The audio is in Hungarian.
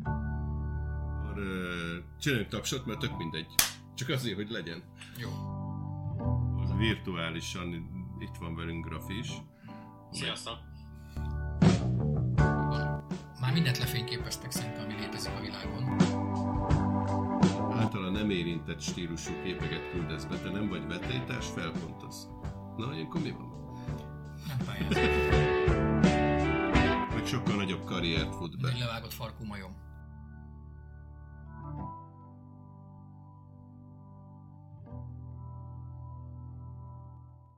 Csináljunk tapsot, mert tök mindegy. Csak azért, hogy legyen. Jó. Az virtuálisan itt van velünk Grafi is. Sziasztok! Már mindent lefényképeztek szerintem, ami létezik a világon. Általán nem érintett stílusú képeket küldesz be, te nem vagy vetélytárs, felpontasz. Na, ilyenkor mi van? Nem pályázom. Meg sokkal nagyobb karriert fut be. Egy levágott farkú majom.